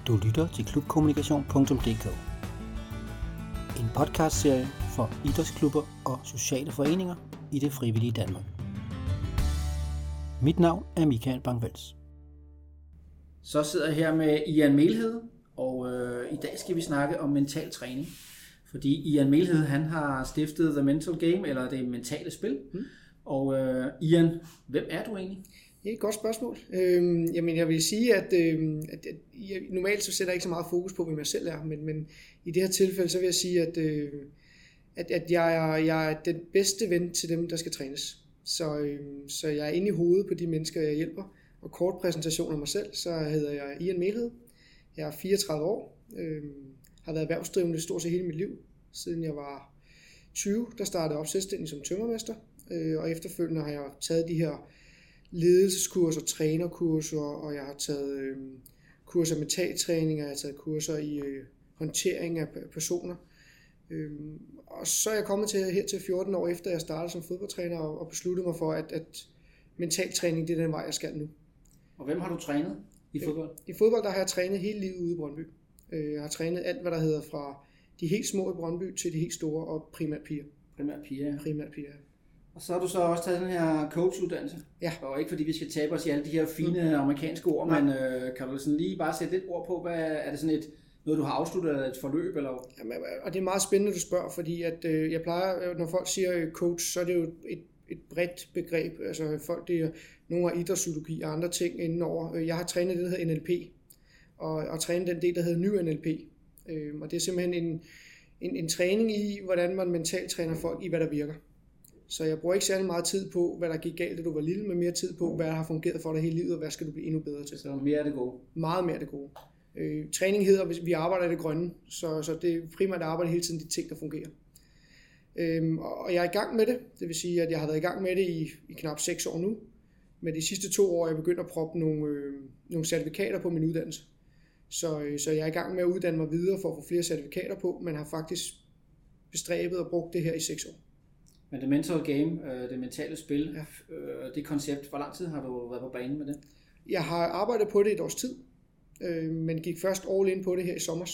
Du lytter til klubkommunikation.dk, en podcastserie for idrætsklubber og sociale foreninger i det frivillige Danmark. Mit navn er Michael Bang-Wels. Så sidder jeg her med Ian Melhed, og i dag skal vi snakke om mental træning. Fordi Ian Melhed, han har stiftet The Mental Game, eller det mentale spil. Og Ian, hvem er du egentlig? Det er et godt spørgsmål. Jeg vil sige, at jeg normalt så sætter jeg ikke så meget fokus på, hvem jeg selv er, men i det her tilfælde, så vil jeg sige, at jeg er den bedste ven til dem, der skal trænes. Så jeg er inde i hovedet på de mennesker, jeg hjælper. Og kort præsentation af mig selv, så hedder jeg Ian Melhed. Jeg er 34 år, har været erhvervsdrivende stort set hele mit liv. Siden jeg var 20, der startede op selvstændig som tømrermester, og efterfølgende har jeg taget de her ledelseskurser, trænerkurser, og jeg har taget kurser i mentaltræning, og jeg har taget kurser i håndtering af personer. Og så er jeg kommet til 14 år efter, jeg startede som fodboldtræner, og besluttede mig for, at mentaltræning, det er den vej, jeg skal nu. Og hvem har du trænet i fodbold? I fodbold, der har jeg trænet hele livet ude i Brøndby. Jeg har trænet alt, hvad der hedder fra de helt små i Brøndby til de helt store, og primært piger. Primært piger. Ja. Og så har du så også taget den her coachuddannelse. Ja. Og ikke fordi vi skal tabe os i alle de her fine amerikanske ord, men kan du sådan lige bare sætte lidt ord på, hvad er det sådan noget, du har afsluttet, eller et forløb? Eller? Jamen, og det er meget spændende, du spørger, fordi at, jeg plejer, når folk siger coach, så er det jo et bredt begreb. Altså folk, det er nogle af idrætspsykologi og andre ting indenover. Jeg har trænet det, der hedder NLP, og trænet den del, der hedder ny NLP. Og det er simpelthen en træning i, hvordan man mentalt træner folk i, hvad der virker. Så jeg bruger ikke særlig meget tid på, hvad der gik galt, da du var lille, men mere tid på, hvad der har fungeret for dig hele livet, og hvad skal du blive endnu bedre til. Så mere af det gode? Meget mere af det gode. Træning hedder, hvis vi arbejder i det grønne, så det er primært at arbejde hele tiden de ting, der fungerer. Og jeg er i gang med det, det vil sige, at jeg har været i gang med det i knap 6 år nu. Men de sidste 2 år er jeg begyndt at proppe nogle certifikater på min uddannelse. Så jeg er i gang med at uddanne mig videre for at få flere certifikater på, men har faktisk bestræbet og brugt det her i 6 år. Men det mental game, det mentale spil, ja. Det koncept, hvor lang tid har du været på banen med det? Jeg har arbejdet på det et års tid, men gik først all in på det her i sommer,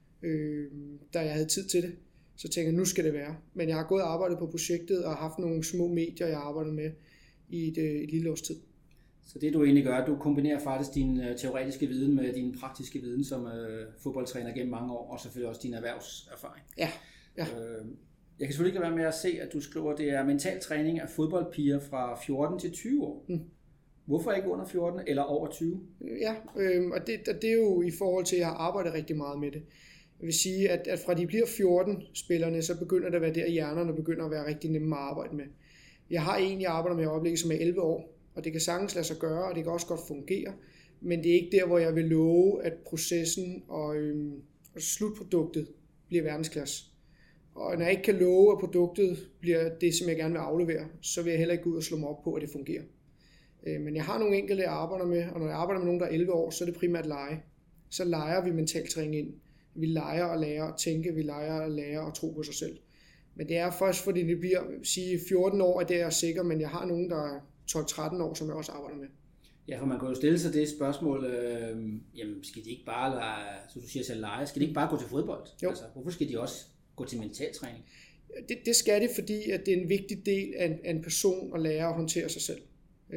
da jeg havde tid til det. Så tænkte jeg, nu skal det være. Men jeg har gået og arbejdet på projektet og haft nogle små medier, jeg arbejder med i et lille års tid. Så det du egentlig gør, du kombinerer faktisk din teoretiske viden med din praktiske viden som fodboldtræner gennem mange år, og selvfølgelig også din erhvervserfaring. Ja. Jeg kan selvfølgelig ikke være med at se, at du skriver, at det er mental træning af fodboldpiger fra 14 til 20 år. Hvorfor ikke under 14 eller over 20? Ja, og det er jo i forhold til, at jeg har arbejdet rigtig meget med det. Jeg vil sige, at fra de bliver 14 spillerne, så begynder det at være der, hjernerne begynder at være rigtig nemme at arbejde med. Jeg har en, jeg arbejder med i øjeblikket, som er 11 år, og det kan sagtens lade sig gøre, og det kan også godt fungere, men det er ikke der, hvor jeg vil love, at processen og slutproduktet bliver verdensklasse. Og når jeg ikke kan love, at produktet bliver det, som jeg gerne vil aflevere, så vil jeg heller ikke gå ud og slå mig op på, at det fungerer. Men jeg har nogle enkelte, jeg arbejder med, og når jeg arbejder med nogen, der er 11 år, så er det primært lege. Så leger vi mental træning ind. Vi leger og lærer at tænke, vi leger og lærer at tro på sig selv. Men det er først, fordi det bliver, sige 14 år, at det er sikker, men jeg har nogen, der er 12-13 år, som jeg også arbejder med. Ja, for man kan jo stille sig det spørgsmål, jamen skal de ikke bare lege, så du siger selv lege, skal de ikke bare gå til fodbold? Jo. Altså, hvorfor skal de også gå til mentaltræning? Det skal det, fordi at det er en vigtig del af en person at lære at håndtere sig selv.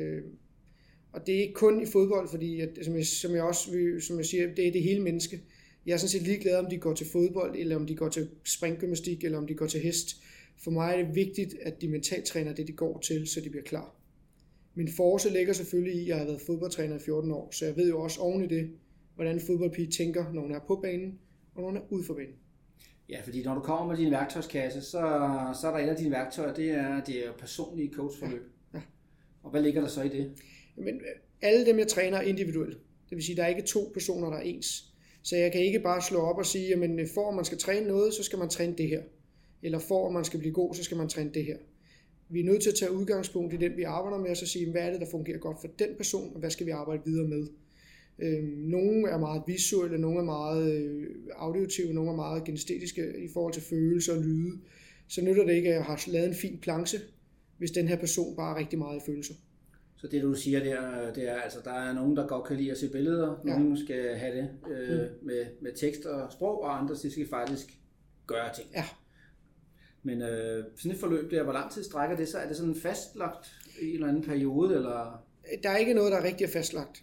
Og det er ikke kun i fodbold, fordi at, som jeg siger, det er det hele menneske. Jeg er sådan set ligeglad, om de går til fodbold, eller om de går til springgymnastik, eller om de går til hest. For mig er det vigtigt, at de mentaltræner det, de går til, så de bliver klar. Min force ligger selvfølgelig i, at jeg har været fodboldtræner i 14 år, så jeg ved jo også oven i det, hvordan en fodboldpige tænker, når hun er på banen, og når hun er ude for banen. Ja, fordi når du kommer med din værktøjskasse, så er der et af dine værktøjer, det er personlige coachforløb. Ja. Og hvad ligger der så i det? Men alle dem, jeg træner, er individuelle. Det vil sige, at der er ikke 2 personer, der er ens. Så jeg kan ikke bare slå op og sige, at for at man skal træne noget, så skal man træne det her. Eller for at man skal blive god, så skal man træne det her. Vi er nødt til at tage udgangspunkt i den, vi arbejder med, og så sige, hvad er det, der fungerer godt for den person, og hvad skal vi arbejde videre med. Nogle er meget visuelle, nogle er meget auditive, nogle er meget genestetiske i forhold til følelser og lyde. Så nytter det ikke, at jeg har lavet en fin planche, hvis den her person bare er rigtig meget i følelser. Så det du siger der, det er altså, der er nogen, der godt kan lide at se billeder, nogen skal have det med tekst og sprog, og andre skal faktisk gøre ting. Ja. Men sådan et forløb der, hvor lang tid strækker det så? Er det sådan fastlagt i en eller anden periode, eller? Der er ikke noget, der er rigtig fastlagt,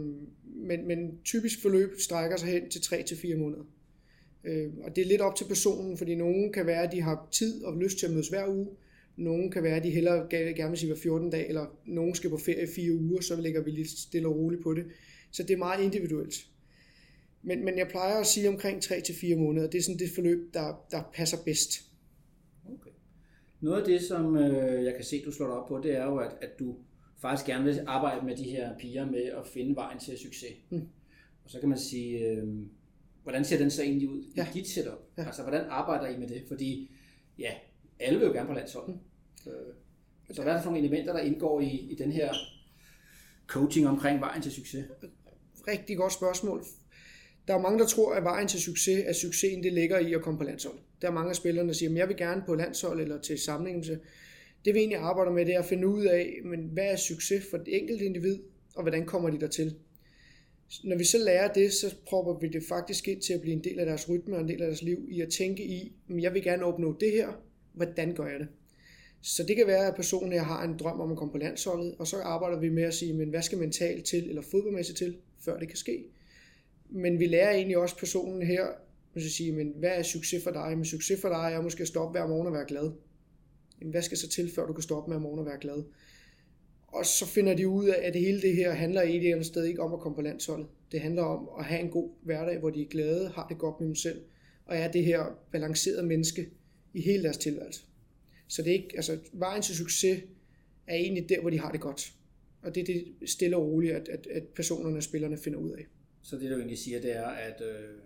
men typisk forløb strækker sig hen til 3-4 måneder. Og det er lidt op til personen, fordi nogen kan være, at de har tid og lyst til at mødes hver uge. Nogen kan være, at de hellere gerne vil sige hver 14 dage, eller nogen skal på ferie i 4 uger, så lægger vi lidt stille og roligt på det. Så det er meget individuelt. Men jeg plejer at sige omkring 3-4 måneder. Det er sådan det forløb, der passer bedst. Okay. Noget af det, som jeg kan se, du slår dig op på, det er jo, at du faktisk gerne vil arbejde med de her piger med at finde vejen til succes. Og så kan man sige, hvordan ser den så egentlig ud i dit setup? Ja. Altså, hvordan arbejder I med det? Fordi, ja, alle vil jo gerne på landsholdet. Så hvad er det for nogle elementer, der indgår i den her coaching omkring vejen til succes? Rigtig godt spørgsmål. Der er mange, der tror, at vejen til succes, at succesen det ligger i at komme på landshold. Der er mange af spillerne, der siger, at jeg vil gerne på landshold eller til samlingen. Det vi egentlig arbejder med, det er at finde ud af, men hvad er succes for det enkelte individ, og hvordan kommer de dertil? Når vi så lærer det, så prøver vi det faktisk ind til at blive en del af deres rytme og en del af deres liv, i at tænke i, at jeg vil gerne opnå det her, hvordan gør jeg det? Så det kan være, at personen her har en drøm om at komme på landsholdet, og så arbejder vi med at sige, men hvad skal mentalt til, eller fodboldmæssigt til, før det kan ske? Men vi lærer egentlig også personen her, at sige, men hvad er succes for dig? Men succes for dig er måske at stoppe hver morgen og være glad. Jamen, hvad skal så til, før du kan stoppe med at morgen og være glad? Og så finder de ud af, at det hele det her handler i et eller andet sted ikke om at komme på landsholdet. Det handler om at have en god hverdag, hvor de er glade, har det godt med dem selv, og er det her balancerede menneske i hele deres tilværelse. Så det er ikke, altså vejen til succes er egentlig der, hvor de har det godt. Og det er det stille og roligt, at personerne og spillerne finder ud af. Så det du egentlig siger, det er, at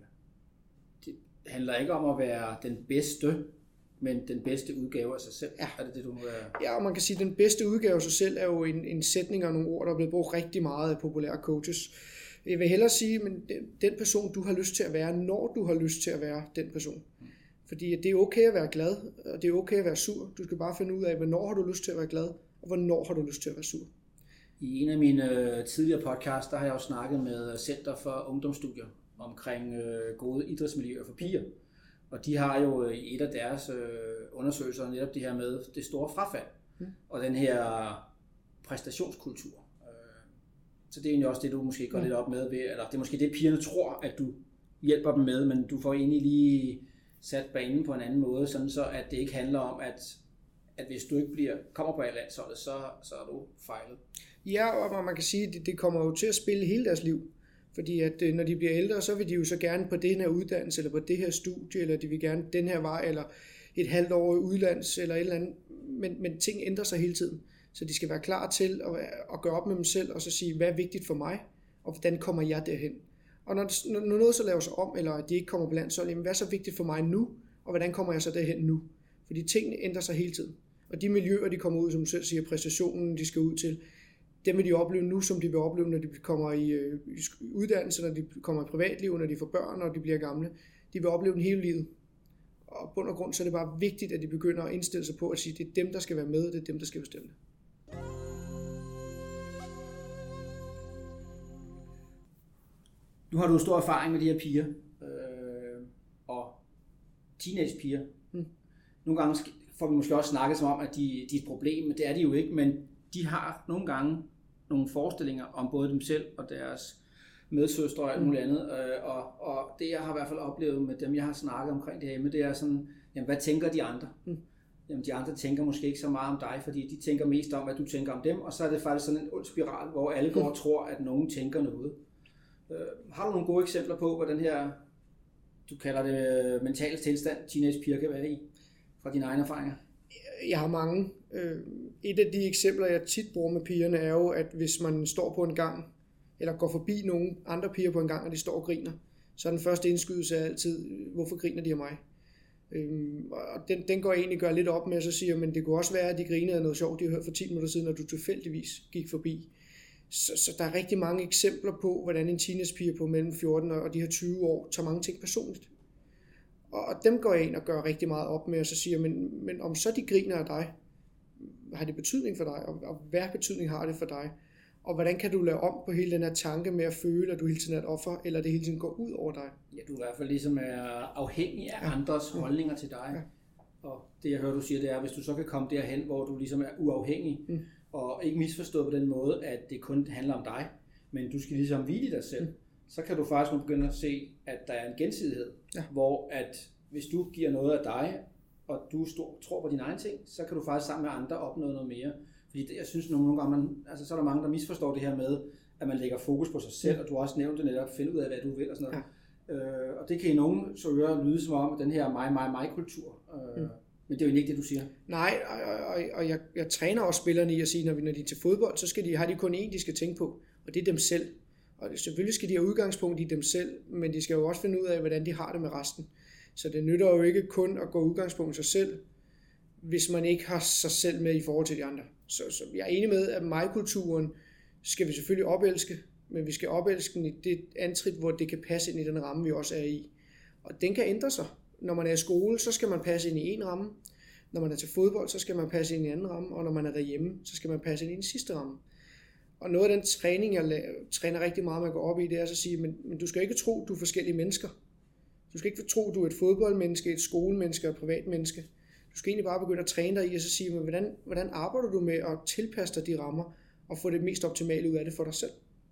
det handler ikke om at være den bedste, men den bedste udgave af sig selv. Ja. Er det du må være? Ja, og man kan sige, at den bedste udgave af sig selv er jo en sætning og nogle ord, der er blevet brugt rigtig meget af populære coaches. Jeg vil hellere sige, men den person, du har lyst til at være, når du har lyst til at være den person. Fordi det er okay at være glad, og det er okay at være sur. Du skal bare finde ud af, hvornår har du lyst til at være glad, og hvornår har du lyst til at være sur. I en af mine tidligere podcasts, der har jeg jo snakket med Center for Ungdomsstudier omkring gode idrætsmiljøer for piger. Og de har jo i et af deres undersøgelser netop det her med det store frafald, og den her præstationskultur. Så det er egentlig også det, du måske går lidt op med, eller det er måske det, pigerne tror, at du hjælper dem med, men du får egentlig lige sat banen på en anden måde, sådan så at det ikke handler om, at hvis du ikke kommer på landsholdet, så er du fejlet. Ja, og man kan sige, at det kommer jo til at spille hele deres liv. Fordi at når de bliver ældre, så vil de jo så gerne på den her uddannelse, eller på det her studie, eller de vil gerne den her vej, eller et halvt år i udlands, eller et eller andet. Men ting ændrer sig hele tiden. Så de skal være klar til at gøre op med dem selv, og så sige, hvad er vigtigt for mig, og hvordan kommer jeg derhen? Og når noget så laver sig om, eller at de ikke kommer på landshold, jamen hvad er så vigtigt for mig nu, og hvordan kommer jeg så derhen nu? Fordi tingene ændrer sig hele tiden. Og de miljøer, de kommer ud, som du selv siger, præstationen, de skal ud til, dem vil de opleve nu, som de vil opleve, når de kommer i uddannelse, når de kommer i privatliv, når de får børn, når de bliver gamle. De vil opleve den hele livet. Og på bund og grund, så er det bare vigtigt, at de begynder at indstille sig på at sige, at det er dem, der skal være med, det er dem, der skal bestemme det. Nu har du stor erfaring med de her piger, og teenagepiger. Nogle gange får vi måske også snakket som om, at de er et problem, men det er de jo ikke, men de har nogle gange nogle forestillinger om både dem selv og deres medsøstre og alt muligt andet, og det jeg har i hvert fald oplevet med dem, jeg har snakket omkring det her emne, det er sådan, jamen hvad tænker de andre? Jamen de andre tænker måske ikke så meget om dig, fordi de tænker mest om, hvad du tænker om dem, og så er det faktisk sådan en ond spiral, hvor alle går og tror, at nogen tænker noget. Har du nogle gode eksempler på, hvordan her, du kalder det mental tilstand, teenagepiger kan være i, fra dine egne erfaringer? Jeg har mange. Et af de eksempler, jeg tit bruger med pigerne, er jo, at hvis man står på en gang, eller går forbi nogle andre piger på en gang, og de står og griner, så er den første indskydelse altid, hvorfor griner de af mig? Og den går egentlig gør lidt op med, at så siger, men det kunne også være, at de grinede af noget sjovt, de har hørt for 10 minutter siden, når du tilfældigvis gik forbi. Så der er rigtig mange eksempler på, hvordan en teenagepige på mellem 14 og de her 20 år tager mange ting personligt. Og dem går jeg ind og gør rigtig meget op med, og så siger men om så de griner af dig, har det betydning for dig, og hvad betydning har det for dig? Og hvordan kan du lave om på hele den her tanke med at føle, at du hele tiden er et offer, eller det hele tiden går ud over dig? Ja, du i hvert fald ligesom er afhængig af andres holdninger til dig. Ja. Og det jeg hører, du siger, det er, hvis du så kan komme derhen, hvor du ligesom er uafhængig, og ikke misforstå på den måde, at det kun handler om dig, men du skal ligesom hvile i dig selv, så kan du faktisk begynde at se, at der er en gensidighed, hvor at hvis du giver noget af dig, og du tror på dine egne ting, så kan du faktisk sammen med andre opnå noget mere. Fordi det, jeg synes nogle gange, så er der mange, der misforstår det her med, at man lægger fokus på sig selv, og du har også nævnt det netop, at finde ud af, hvad du vil og sådan noget. Ja. Og det kan i nogen så lyde som om, at den her mig-kultur, men det er jo ikke det, du siger. Nej, og jeg træner også spillerne i at sige, når de er til fodbold, så har de kun én, de skal tænke på, og det er dem selv. Og selvfølgelig skal de have udgangspunkt i dem selv, men de skal jo også finde ud af, hvordan de har det med resten. Så det nytter jo ikke kun at gå udgangspunkt i sig selv, hvis man ikke har sig selv med i forhold til de andre. Så jeg er enig med, at mig-kulturen skal vi selvfølgelig opelske, men vi skal opelske den i det antrit, hvor det kan passe ind i den ramme, vi også er i. Og den kan ændre sig. Når man er i skole, så skal man passe ind i en ramme. Når man er til fodbold, så skal man passe ind i en anden ramme. Og når man er derhjemme, så skal man passe ind i den sidste ramme. Og noget af den træning, jeg træner rigtig meget med at gå op i, det er at sige, men du skal ikke tro, du er forskellige mennesker. Du skal ikke tro, du er et fodboldmenneske, et skolemenneske og et privatmenneske. Du skal egentlig bare begynde at træne dig i at sige, men hvordan arbejder du med at tilpasse dig de rammer og få det mest optimale ud af det for dig selv.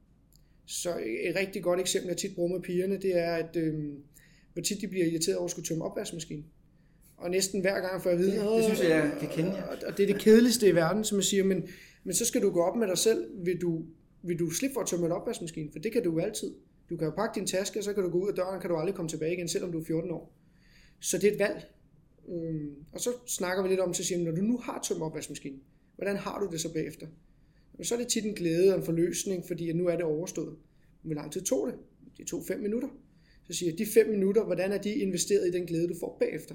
Så et rigtig godt eksempel, jeg tit bruger med pigerne, det er, at hvor tit de bliver irriteret over at skulle tømme opvaskemaskinen. Og næsten hver gang får jeg at vide, det synes jeg kan kende. Og det er det kedeligste i verden, som jeg siger, men så skal du gå op med dig selv, vil du slippe for at tømme en opvaskemaskine, for det kan du jo altid. Du kan jo pakke din taske, og så kan du gå ud af døren, kan du aldrig komme tilbage igen, selvom du er 14 år. Så det er et valg. Og så snakker vi lidt om, så siger, når du nu har tømt opvaskemaskinen, hvordan har du det så bagefter? Og så er det tit en glæde og en forløsning, fordi nu er det overstået. Hvor lang tid tog det? Det tog 5 minutter. Så siger jeg, de 5 minutter, hvordan er de investeret i den glæde, du får bagefter?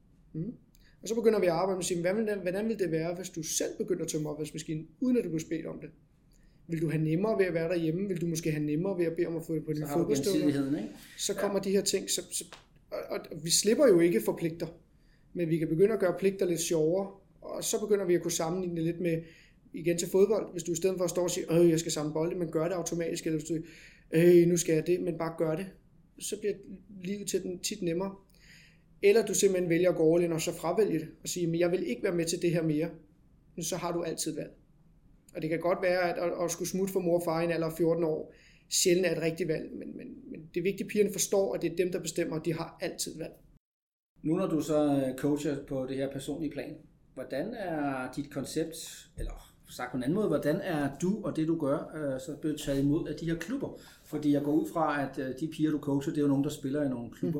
Og så begynder vi at arbejde med at sige, hvordan vil det være, hvis du selv begynder at tømme opvaskemaskinen, uden at du bliver bedt om det? Vil du have nemmere ved at være derhjemme? Vil du måske have nemmere ved at bede om at få det på dine fodboldstøvler? Så kommer de her ting. Og vi slipper jo ikke for pligter, men vi kan begynde at gøre pligter lidt sjovere, og så begynder vi at kunne sammenligne det lidt med, igen til fodbold, hvis du i stedet for at stå og sige, jeg skal samle bolde, men gør det automatisk, eller hvis du, nu skal jeg det, men bare gør det, så bliver livet til den tit nemmere. Eller du simpelthen vælger at gå all in og så fravælge det, og sige, men jeg vil ikke være med til det her mere, men så har du altid valg. Og det kan godt være, at skulle smutte for mor og far i en alder af 14 år, sjældent er et rigtigt valg, men det er vigtigt, at pigerne forstår, at det er dem, der bestemmer, og de har altid valg. Nu når du så coacher på det her personlige plan, hvordan er dit koncept, eller sagt på en anden måde, hvordan er du og det du gør, så blevet taget imod af de her klubber? Fordi jeg går ud fra, at de piger du coacher, det er jo nogen, der spiller i nogle klubber.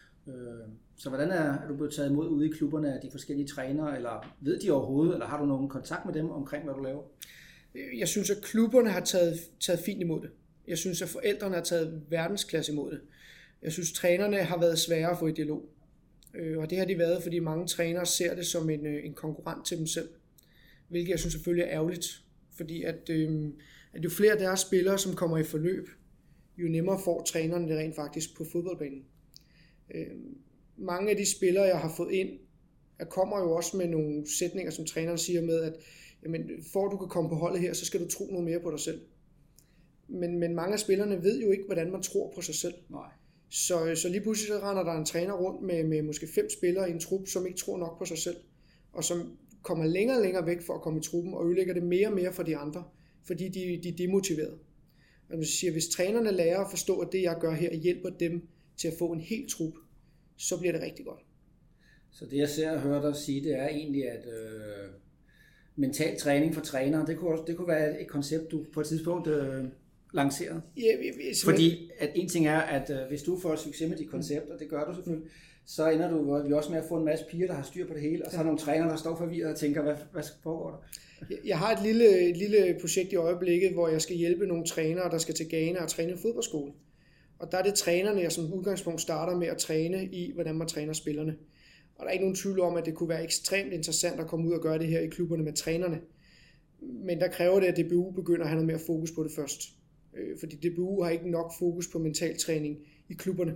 Så hvordan er du blevet taget imod ude i klubberne af de forskellige trænere, eller ved de overhovedet, eller har du nogen kontakt med dem omkring, hvad du laver? Jeg synes, at klubberne har taget fint imod det. Jeg synes, at forældrene har taget verdensklasse imod det. Jeg synes, trænerne har været svære at få i dialog. Og det har de været, fordi mange trænere ser det som en konkurrent til dem selv. Hvilket jeg synes selvfølgelig er ærgerligt. Fordi at jo flere af deres spillere, som kommer i forløb, jo nemmere får trænerne det rent faktisk på fodboldbanen. Mange af de spillere, jeg har fået ind, kommer jo også med nogle sætninger, som træneren siger med, at jamen, for at du kan komme på holdet her, så skal du tro noget mere på dig selv. Men mange af spillerne ved jo ikke, hvordan man tror på sig selv. Nej. Så lige pludselig så render der en træner rundt med måske 5 spillere i en trup, som ikke tror nok på sig selv, og som kommer længere og længere væk for at komme i truppen, og ødelægger det mere og mere for de andre, fordi de er demotiverede. Og man siger, hvis trænerne lærer at forstå, at det jeg gør her hjælper dem til at få en hel trup, så bliver det rigtig godt. Så det jeg ser og hører dig sige, det er egentlig, at mental træning for trænere, det kunne være et koncept, du på et tidspunkt lancerede. Ja, fordi at en ting er, at hvis du får succes med dit koncept, og det gør du selvfølgelig, så ender du vi også med at få en masse piger, der har styr på det hele, og så er nogle trænere, der står forvirret og tænker, hvad foregår der? Jeg har et lille projekt i øjeblikket, hvor jeg skal hjælpe nogle trænere, der skal til Ghana og træne en fodboldskole. Og der er det trænerne, jeg som udgangspunkt starter med at træne i, hvordan man træner spillerne. Og der er ikke nogen tvivl om, at det kunne være ekstremt interessant at komme ud og gøre det her i klubberne med trænerne. Men der kræver det, at DBU begynder at have noget mere fokus på det først. Fordi DBU har ikke nok fokus på mental træning i klubberne.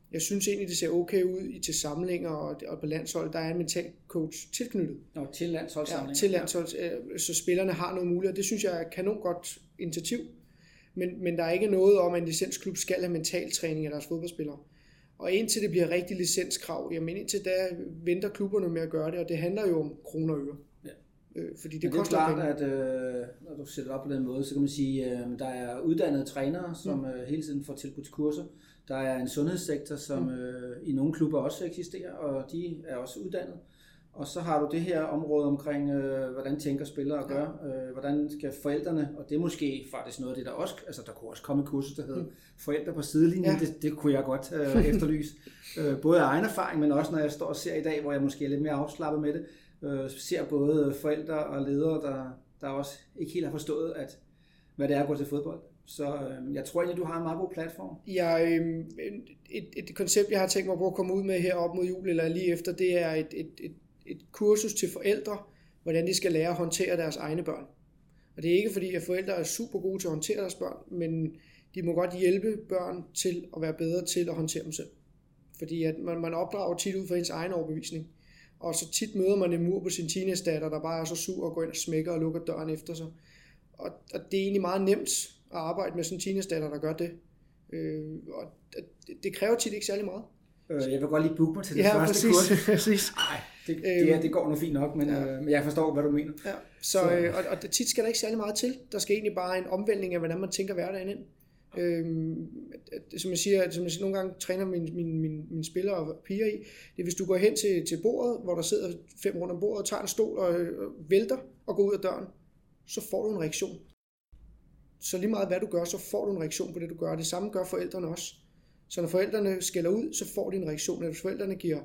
Jeg synes egentlig, det ser okay ud til samlinger og på landshold. Der er en mental coach tilknyttet. Og til landsholdssamlinger. Ja, til landshold, så spillerne har noget mulighed. Det synes jeg er kanon godt initiativ. Men der er ikke noget om, at en licensklub skal have mental træning af deres fodboldspillere. Og indtil det bliver rigtig licenskrav, jamen indtil da venter klubberne med at gøre det, og det handler jo om kroner og øre. Ja. Fordi det koster klart, at når du sætter op på den måde, så kan man sige, der er uddannede trænere, som hele tiden får tilbudt kurser. Der er en sundhedssektor, som i nogle klubber også eksisterer, og de er også uddannet. Og så har du det her område omkring, hvordan tænker spillere at gøre, hvordan skal forældrene, og det er måske faktisk noget af det, der også, altså der kunne også komme et kursus, der hedder forældre på sidelinjen, det kunne jeg godt efterlyse. Både af egen erfaring, men også når jeg står og ser i dag, hvor jeg måske er lidt mere afslappet med det, ser både forældre og ledere, der også ikke helt har forstået, hvad det er at gå til fodbold. Så jeg tror egentlig, du har en meget god platform. Ja, et koncept, jeg har tænkt mig på at komme ud med her op mod jul, eller lige efter, det er et kursus til forældre, hvordan de skal lære at håndtere deres egne børn. Og det er ikke fordi, at forældre er super gode til at håndtere deres børn, men de må godt hjælpe børn til at være bedre til at håndtere dem selv. Fordi at man opdrager tit ud fra ens egen overbevisning. Og så tit møder man en mur på sin teenage-datter, der bare er så sur og går ind og smækker og lukker døren efter sig. Og det er egentlig meget nemt at arbejde med sådan en teenage-datter, der gør det. Og det kræver tit ikke særlig meget. Jeg vil godt lige booke mig til det første kurs. Præcis. Nej, det går nu fint nok, men jeg forstår, hvad du mener. Ja. Så. Og tit skal der ikke særlig meget til. Der skal egentlig bare en omvæltning af, hvordan man tænker hverdagen ind. Som jeg siger, nogle gange træner mine spillere og piger i, det er, hvis du går hen til bordet, hvor der sidder 5 rundt om bordet, tager en stol og vælter og går ud af døren, så får du en reaktion. Så lige meget hvad du gør, så får du en reaktion på det du gør. Det samme gør forældrene også. Så når forældrene skælder ud, så får de en reaktion. Når forældrene giver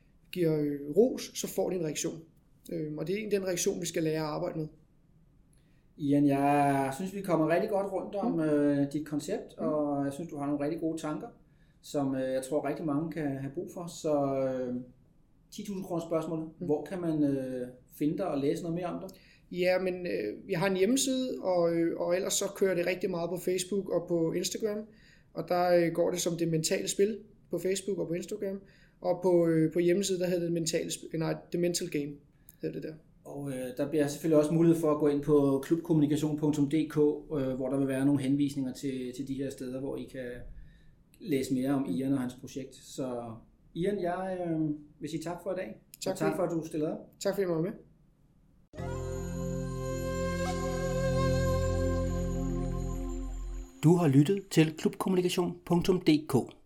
ros, så får de en reaktion. Og det er egentlig den reaktion, vi skal lære at arbejde med. Ian, jeg synes, vi kommer rigtig godt rundt om dit koncept, og jeg synes, du har nogle rigtig gode tanker, som jeg tror rigtig mange kan have brug for. Så 10.000 kroner spørgsmålet. Hvor kan man finde dig og læse noget mere om dig? Ja, men jeg har en hjemmeside, og ellers så kører det rigtig meget på Facebook og på Instagram. Og der går det som det mentale spil på Facebook og på Instagram. Og på hjemmesiden, der hedder det The Mental Game. Hedder det der. Og der bliver selvfølgelig også mulighed for at gå ind på klubkommunikation.dk, hvor der vil være nogle henvisninger til de her steder, hvor I kan læse mere om Ian og hans projekt. Så Ian, jeg vil sige tak for i dag. Tak for at du stillede op. Tak fordi jeg var med. Du har lyttet til klubkommunikation.dk.